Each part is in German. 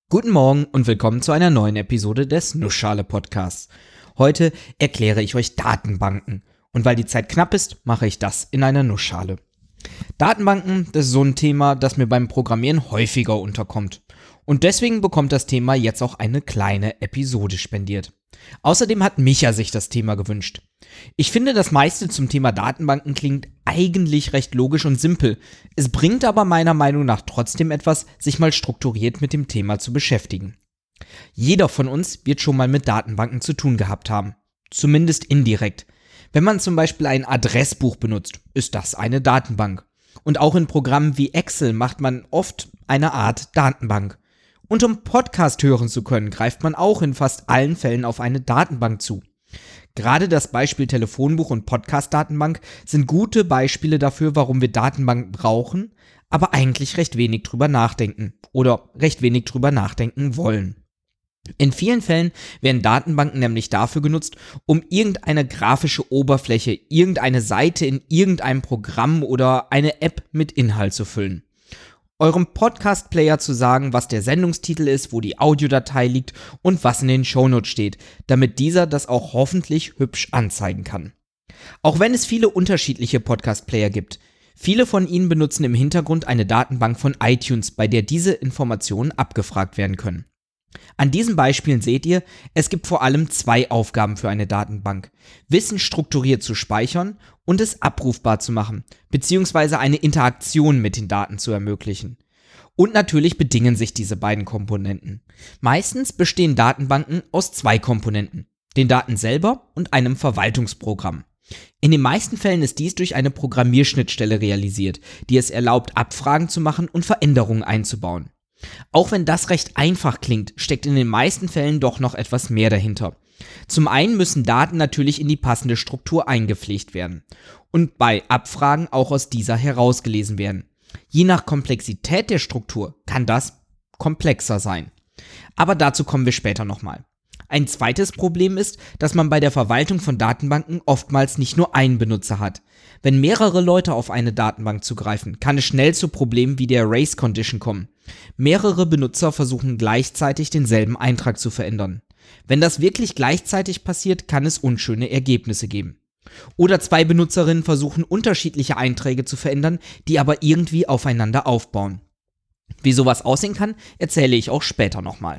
Guten Morgen und willkommen zu einer neuen Episode des Nussschale Podcasts. Heute erkläre ich euch Datenbanken und weil die Zeit knapp ist, mache ich das in einer Nussschale. Datenbanken, das ist so ein Thema, das mir beim Programmieren häufiger unterkommt. Und deswegen bekommt das Thema jetzt auch eine kleine Episode spendiert. Außerdem hat Micha sich das Thema gewünscht. Ich finde, das meiste zum Thema Datenbanken klingt eigentlich recht logisch und simpel. Es bringt aber meiner Meinung nach trotzdem etwas, sich mal strukturiert mit dem Thema zu beschäftigen. Jeder von uns wird schon mal mit Datenbanken zu tun gehabt haben. Zumindest indirekt. Wenn man zum Beispiel ein Adressbuch benutzt, ist das eine Datenbank. Und auch in Programmen wie Excel macht man oft eine Art Datenbank. Und um Podcast hören zu können, greift man auch in fast allen Fällen auf eine Datenbank zu. Gerade das Beispiel Telefonbuch und Podcast-Datenbank sind gute Beispiele dafür, warum wir Datenbanken brauchen, aber eigentlich recht wenig drüber nachdenken oder recht wenig drüber nachdenken wollen. In vielen Fällen werden Datenbanken nämlich dafür genutzt, um irgendeine grafische Oberfläche, irgendeine Seite in irgendeinem Programm oder eine App mit Inhalt zu füllen. Eurem Podcast-Player zu sagen, was der Sendungstitel ist, wo die Audiodatei liegt und was in den Shownotes steht, damit dieser das auch hoffentlich hübsch anzeigen kann. Auch wenn es viele unterschiedliche Podcast-Player gibt, viele von ihnen benutzen im Hintergrund eine Datenbank von iTunes, bei der diese Informationen abgefragt werden können. An diesen Beispielen seht ihr, es gibt vor allem zwei Aufgaben für eine Datenbank: Wissen strukturiert zu speichern und es abrufbar zu machen, beziehungsweise eine Interaktion mit den Daten zu ermöglichen. Und natürlich bedingen sich diese beiden Komponenten. Meistens bestehen Datenbanken aus zwei Komponenten: den Daten selber und einem Verwaltungsprogramm. In den meisten Fällen ist dies durch eine Programmierschnittstelle realisiert, die es erlaubt, Abfragen zu machen und Veränderungen einzubauen. Auch wenn das recht einfach klingt, steckt in den meisten Fällen doch noch etwas mehr dahinter. Zum einen müssen Daten natürlich in die passende Struktur eingepflegt werden und bei Abfragen auch aus dieser herausgelesen werden. Je nach Komplexität der Struktur kann das komplexer sein. Aber dazu kommen wir später nochmal. Ein zweites Problem ist, dass man bei der Verwaltung von Datenbanken oftmals nicht nur einen Benutzer hat. Wenn mehrere Leute auf eine Datenbank zugreifen, kann es schnell zu Problemen wie der Race Condition kommen. Mehrere Benutzer versuchen gleichzeitig denselben Eintrag zu verändern. Wenn das wirklich gleichzeitig passiert, kann es unschöne Ergebnisse geben. Oder zwei Benutzerinnen versuchen unterschiedliche Einträge zu verändern, die aber irgendwie aufeinander aufbauen. Wie sowas aussehen kann, erzähle ich auch später nochmal.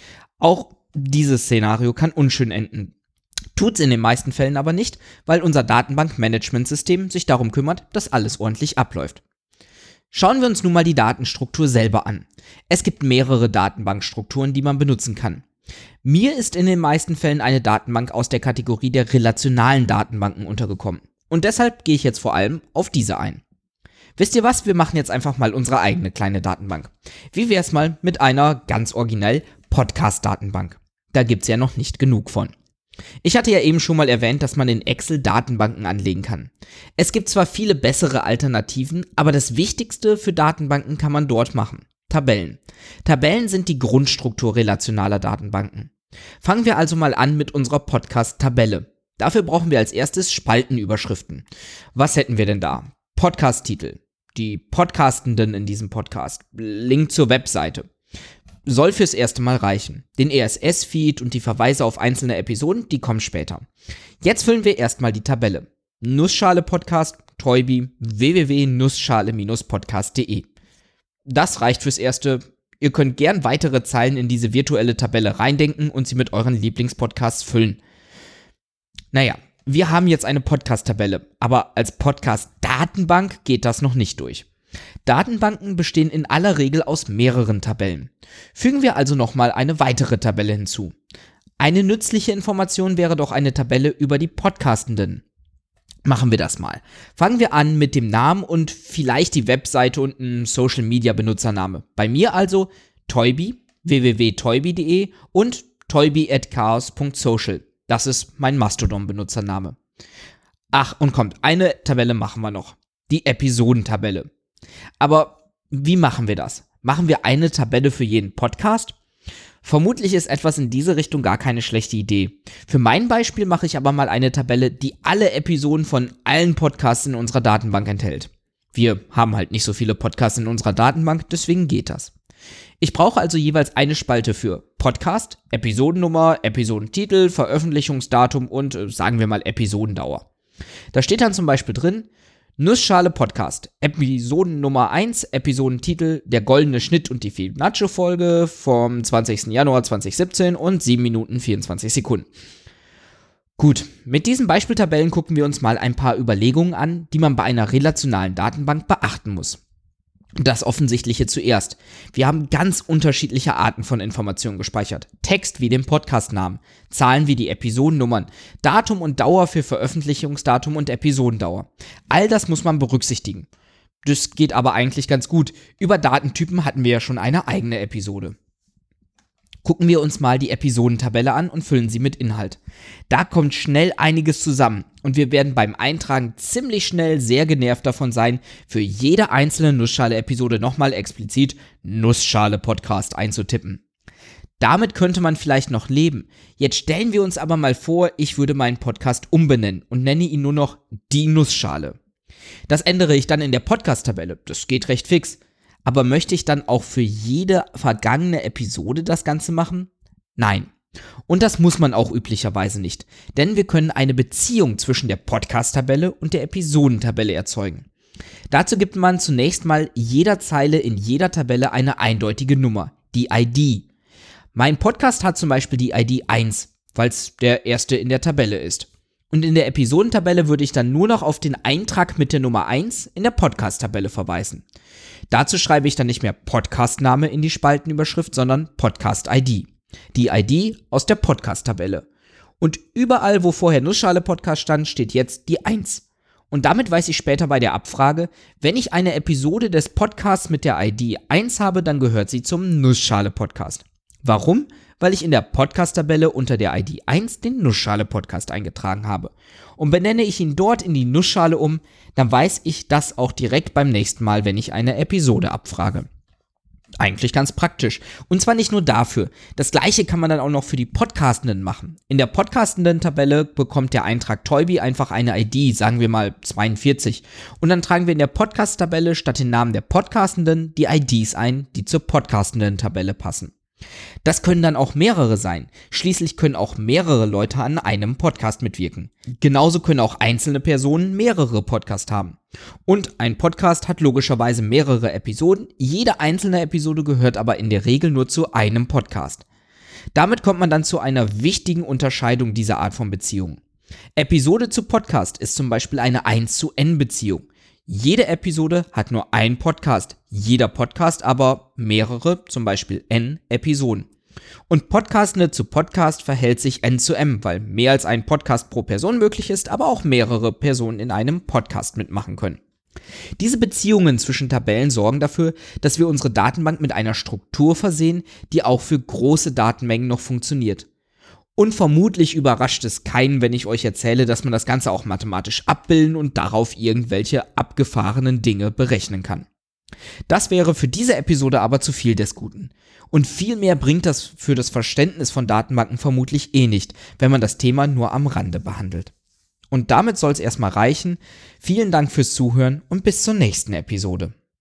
Auch dieses Szenario kann unschön enden. Tut's in den meisten Fällen aber nicht, weil unser Datenbankmanagementsystem sich darum kümmert, dass alles ordentlich abläuft. Schauen wir uns nun mal die Datenstruktur selber an. Es gibt mehrere Datenbankstrukturen, die man benutzen kann. Mir ist in den meisten Fällen eine Datenbank aus der Kategorie der relationalen Datenbanken untergekommen. Und deshalb gehe ich jetzt vor allem auf diese ein. Wisst ihr was? Wir machen jetzt einfach mal unsere eigene kleine Datenbank. Wie wär's mal mit einer ganz originell Podcast-Datenbank? Da gibt's ja noch nicht genug von. Ich hatte ja eben schon mal erwähnt, dass man in Excel Datenbanken anlegen kann. Es gibt zwar viele bessere Alternativen, aber das Wichtigste für Datenbanken kann man dort machen: Tabellen. Tabellen sind die Grundstruktur relationaler Datenbanken. Fangen wir also mal an mit unserer Podcast-Tabelle. Dafür brauchen wir als erstes Spaltenüberschriften. Was hätten wir denn da? Podcast-Titel, die Podcastenden in diesem Podcast, Link zur Webseite. Soll fürs erste Mal reichen. Den RSS-Feed und die Verweise auf einzelne Episoden, die kommen später. Jetzt füllen wir erstmal die Tabelle. Nussschale Podcast, Toibi, www.nussschale-podcast.de. Das reicht fürs Erste. Ihr könnt gern weitere Zeilen in diese virtuelle Tabelle reindenken und sie mit euren Lieblingspodcasts füllen. Naja, wir haben jetzt eine Podcast-Tabelle, aber als Podcast-Datenbank geht das noch nicht durch. Datenbanken bestehen in aller Regel aus mehreren Tabellen. Fügen wir also nochmal eine weitere Tabelle hinzu. Eine nützliche Information wäre doch eine Tabelle über die Podcastenden. Machen wir das mal. Fangen wir an mit dem Namen und vielleicht die Webseite und ein Social-Media-Benutzername. Bei mir also Toibi, www.toibi.de und toibi@chaos.social. Das ist mein Mastodon-Benutzername. Ach, und kommt, eine Tabelle machen wir noch. Die Episodentabelle. Aber wie machen wir das? Machen wir eine Tabelle für jeden Podcast? Vermutlich ist etwas in diese Richtung gar keine schlechte Idee. Für mein Beispiel mache ich aber mal eine Tabelle, die alle Episoden von allen Podcasts in unserer Datenbank enthält. Wir haben halt nicht so viele Podcasts in unserer Datenbank, deswegen geht das. Ich brauche also jeweils eine Spalte für Podcast, Episodennummer, Episodentitel, Veröffentlichungsdatum und sagen wir mal Episodendauer. Da steht dann zum Beispiel drin, Nussschale Podcast, Episodennummer 1, Episodentitel, der goldene Schnitt und die Fibonacci-Folge vom 20. Januar 2017 und 7 Minuten 24 Sekunden. Gut, mit diesen Beispieltabellen gucken wir uns mal ein paar Überlegungen an, die man bei einer relationalen Datenbank beachten muss. Das Offensichtliche zuerst. Wir haben ganz unterschiedliche Arten von Informationen gespeichert. Text wie den Podcastnamen, Zahlen wie die Episodennummern, Datum und Dauer für Veröffentlichungsdatum und Episodendauer. All das muss man berücksichtigen. Das geht aber eigentlich ganz gut. Über Datentypen hatten wir ja schon eine eigene Episode. Gucken wir uns mal die Episodentabelle an und füllen sie mit Inhalt. Da kommt schnell einiges zusammen und wir werden beim Eintragen ziemlich schnell sehr genervt davon sein, für jede einzelne Nussschale-Episode nochmal explizit Nussschale-Podcast einzutippen. Damit könnte man vielleicht noch leben. Jetzt stellen wir uns aber mal vor, ich würde meinen Podcast umbenennen und nenne ihn nur noch die Nussschale. Das ändere ich dann in der Podcast-Tabelle. Das geht recht fix. Aber möchte ich dann auch für jede vergangene Episode das Ganze machen? Nein. Und das muss man auch üblicherweise nicht, denn wir können eine Beziehung zwischen der Podcast-Tabelle und der Episodentabelle erzeugen. Dazu gibt man zunächst mal jeder Zeile in jeder Tabelle eine eindeutige Nummer, die ID. Mein Podcast hat zum Beispiel die ID 1, weil es der erste in der Tabelle ist. Und in der Episodentabelle würde ich dann nur noch auf den Eintrag mit der Nummer 1 in der Podcast-Tabelle verweisen. Dazu schreibe ich dann nicht mehr Podcastname in die Spaltenüberschrift, sondern Podcast-ID. Die ID aus der Podcast-Tabelle. Und überall, wo vorher Nussschale-Podcast stand, steht jetzt die 1. Und damit weiß ich später bei der Abfrage, wenn ich eine Episode des Podcasts mit der ID 1 habe, dann gehört sie zum Nussschale-Podcast. Warum? Weil ich in der Podcast-Tabelle unter der ID 1 den Nussschale-Podcast eingetragen habe. Und benenne ich ihn dort in die Nussschale um, dann weiß ich das auch direkt beim nächsten Mal, wenn ich eine Episode abfrage. Eigentlich ganz praktisch. Und zwar nicht nur dafür. Das gleiche kann man dann auch noch für die Podcastenden machen. In der Podcastenden-Tabelle bekommt der Eintrag Toybi einfach eine ID, sagen wir mal 42. Und dann tragen wir in der Podcast-Tabelle statt den Namen der Podcastenden die IDs ein, die zur Podcastenden-Tabelle passen. Das können dann auch mehrere sein. Schließlich können auch mehrere Leute an einem Podcast mitwirken. Genauso können auch einzelne Personen mehrere Podcasts haben. Und ein Podcast hat logischerweise mehrere Episoden. Jede einzelne Episode gehört aber in der Regel nur zu einem Podcast. Damit kommt man dann zu einer wichtigen Unterscheidung dieser Art von Beziehungen. Episode zu Podcast ist zum Beispiel eine 1:N-Beziehung. Jede Episode hat nur einen Podcast, jeder Podcast aber mehrere, zum Beispiel N Episoden. Und Podcastende zu Podcast verhält sich N zu M, weil mehr als ein Podcast pro Person möglich ist, aber auch mehrere Personen in einem Podcast mitmachen können. Diese Beziehungen zwischen Tabellen sorgen dafür, dass wir unsere Datenbank mit einer Struktur versehen, die auch für große Datenmengen noch funktioniert. Und vermutlich überrascht es keinen, wenn ich euch erzähle, dass man das Ganze auch mathematisch abbilden und darauf irgendwelche abgefahrenen Dinge berechnen kann. Das wäre für diese Episode aber zu viel des Guten. Und viel mehr bringt das für das Verständnis von Datenbanken vermutlich nicht, wenn man das Thema nur am Rande behandelt. Und damit soll es erstmal reichen. Vielen Dank fürs Zuhören und bis zur nächsten Episode.